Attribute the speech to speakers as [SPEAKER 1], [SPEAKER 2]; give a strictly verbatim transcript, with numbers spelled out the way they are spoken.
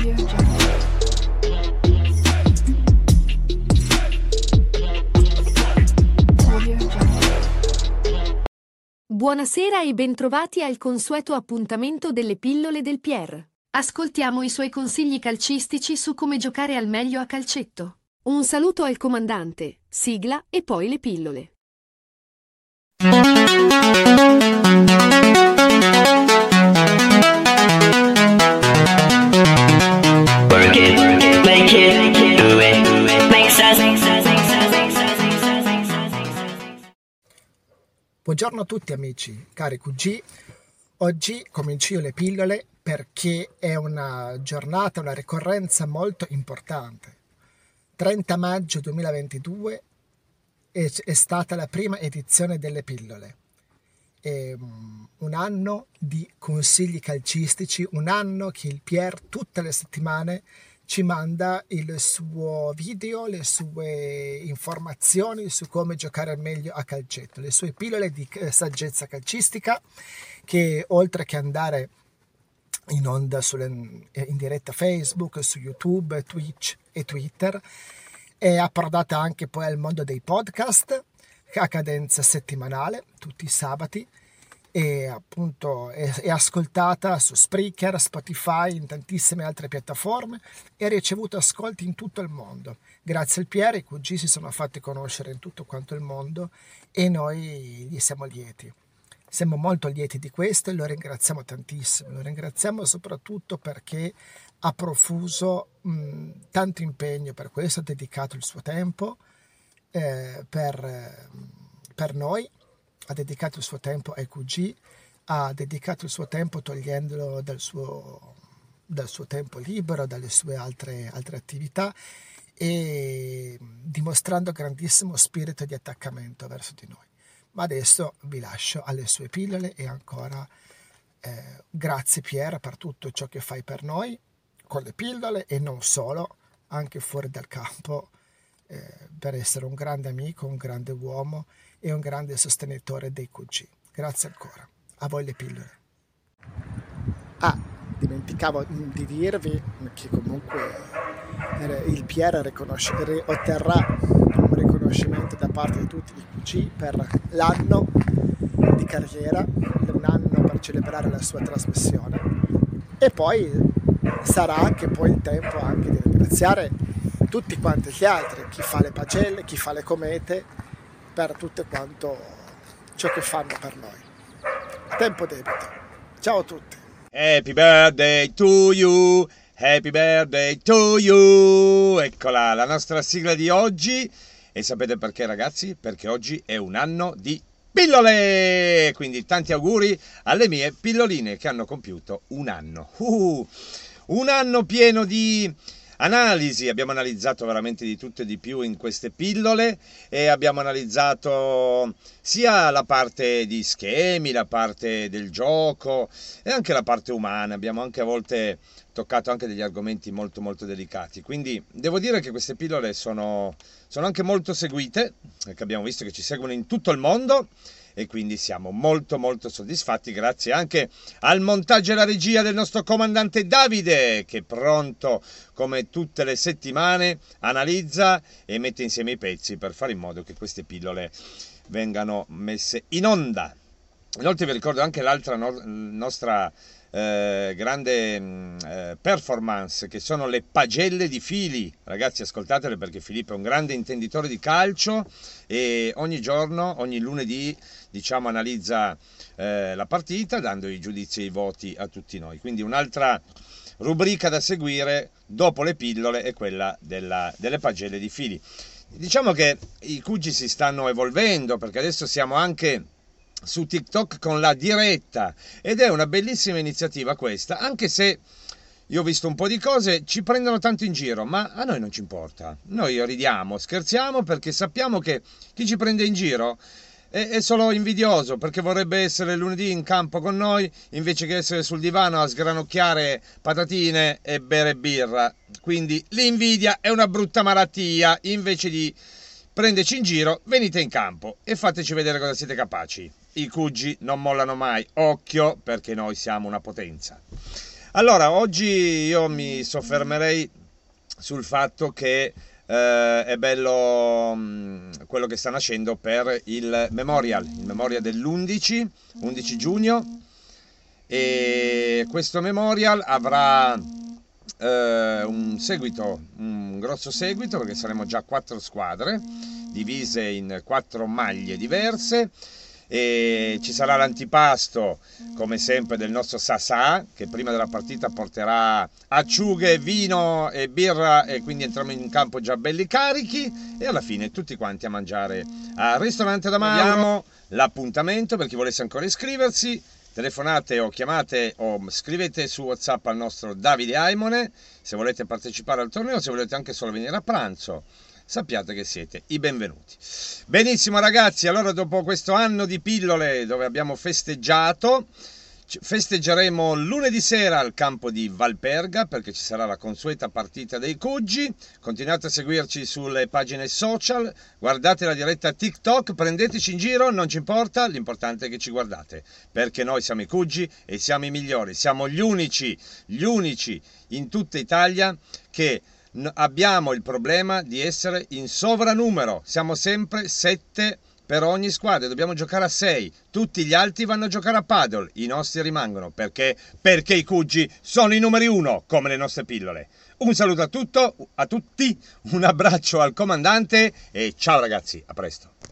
[SPEAKER 1] Buonasera e bentrovati al consueto appuntamento delle pillole del Pier. Ascoltiamo i suoi consigli calcistici su come giocare al meglio a calcetto. Un saluto al comandante, sigla e poi le pillole.
[SPEAKER 2] Work it, make it, do it, make sense.
[SPEAKER 3] Buongiorno a tutti amici, cari Q G. Oggi comincio io le pillole perché è una giornata, una ricorrenza molto importante. trenta maggio duemilaventidue è, è stata la prima edizione delle pillole. È um, un anno di consigli calcistici, un anno che il Pier tutte le settimane ci manda il suo video, le sue informazioni su come giocare al meglio a calcetto, le sue pillole di saggezza calcistica che oltre che andare in onda sulle, in diretta Facebook, su YouTube, Twitch e Twitter, è approdata anche poi al mondo dei podcast a cadenza settimanale, tutti i sabati, e appunto è, è ascoltata su Spreaker, Spotify, in tantissime altre piattaforme e ha ricevuto ascolti in tutto il mondo. Grazie al Pier i Q G si sono fatti conoscere in tutto quanto il mondo e noi gli siamo lieti. Siamo molto lieti di questo e lo ringraziamo tantissimo. Lo ringraziamo soprattutto perché ha profuso mh, tanto impegno per questo, ha dedicato il suo tempo eh, per, per noi. Ha dedicato il suo tempo ai Q G, ha dedicato il suo tempo togliendolo dal suo, dal suo tempo libero, dalle sue altre, altre attività e dimostrando grandissimo spirito di attaccamento verso di noi. Ma adesso vi lascio alle sue pillole e ancora eh, grazie Pier per tutto ciò che fai per noi con le pillole e non solo, anche fuori dal campo, eh, per essere un grande amico, un grande uomo e un grande sostenitore dei Q G. Grazie ancora. A voi le pillole. Ah, dimenticavo di dirvi che comunque il Pier riconosce, otterrà un riconoscimento da parte di tutti i Q G per l'anno di carriera, un anno per celebrare la sua trasmissione. E poi sarà anche poi il tempo anche di ringraziare tutti quanti gli altri, chi fa le pagelle, chi fa le comete, per tutto quanto ciò che fanno per noi. A tempo debito. Ciao a tutti.
[SPEAKER 4] Happy birthday to you, happy birthday to you. Eccola, la nostra sigla di oggi. E sapete perché, ragazzi? Perché oggi è un anno di pillole. Quindi tanti auguri alle mie pilloline che hanno compiuto un anno. Uh, un anno pieno di analisi, abbiamo analizzato veramente di tutto e di più in queste pillole e abbiamo analizzato sia la parte di schemi, la parte del gioco e anche la parte umana. Abbiamo anche a volte toccato anche degli argomenti molto molto delicati, quindi devo dire che queste pillole sono, sono anche molto seguite, perché abbiamo visto che ci seguono in tutto il mondo e quindi siamo molto molto soddisfatti, grazie anche al montaggio e alla regia del nostro comandante Davide, che pronto come tutte le settimane analizza e mette insieme i pezzi per fare in modo che queste pillole vengano messe in onda. Inoltre vi ricordo anche l'altra no- nostra eh, grande eh, performance, che sono le pagelle di Fili. Ragazzi, ascoltatele perché Filippo è un grande intenditore di calcio e ogni giorno, ogni lunedì, diciamo, analizza eh, la partita dando i giudizi e i voti a tutti noi. Quindi un'altra rubrica da seguire dopo le pillole è quella della, delle pagelle di Fili. Diciamo che i Q G si stanno evolvendo perché adesso siamo anche su TikTok con la diretta ed è una bellissima iniziativa questa, anche se io ho visto un po' di cose, ci prendono tanto in giro, ma a noi non ci importa. Noi ridiamo, scherziamo perché sappiamo che chi ci prende in giro è, è solo invidioso, perché vorrebbe essere lunedì in campo con noi invece che essere sul divano a sgranocchiare patatine e bere birra. Quindi l'invidia è una brutta malattia, invece di prenderci in giro venite in campo e fateci vedere cosa siete capaci. I Q G non mollano mai, occhio, perché noi siamo una potenza. Allora, oggi io mi soffermerei sul fatto che eh, è bello mh, quello che sta nascendo per il Memorial, il Memorial dell'undici giugno, e questo Memorial avrà eh, un seguito, un grosso seguito, perché saremo già quattro squadre divise in quattro maglie diverse. E ci sarà l'antipasto, come sempre, del nostro Sasà, che prima della partita porterà acciughe, vino e birra, e quindi entriamo in campo già belli carichi, e alla fine tutti quanti a mangiare al ristorante da Mauro. Abbiamo l'appuntamento per chi volesse ancora iscriversi. Telefonate o chiamate o scrivete su WhatsApp al nostro Davide Aimone se volete partecipare al torneo, se volete anche solo venire a pranzo. Sappiate che siete i benvenuti. Benissimo ragazzi, allora dopo questo anno di pillole dove abbiamo festeggiato, festeggeremo lunedì sera al campo di Valperga, perché ci sarà la consueta partita dei Cuggi. Continuate a seguirci sulle pagine social, guardate la diretta TikTok, prendeteci in giro, non ci importa, l'importante è che ci guardate, perché noi siamo i Cuggi e siamo i migliori, siamo gli unici, gli unici in tutta Italia che abbiamo il problema di essere in sovranumero, siamo sempre sette per ogni squadra, dobbiamo giocare a sei, tutti gli altri vanno a giocare a paddle, i nostri rimangono, perché? Perché i Cuggi sono i numeri uno, come le nostre pillole. Un saluto a tutto, a tutti, un abbraccio al comandante e ciao ragazzi, a presto.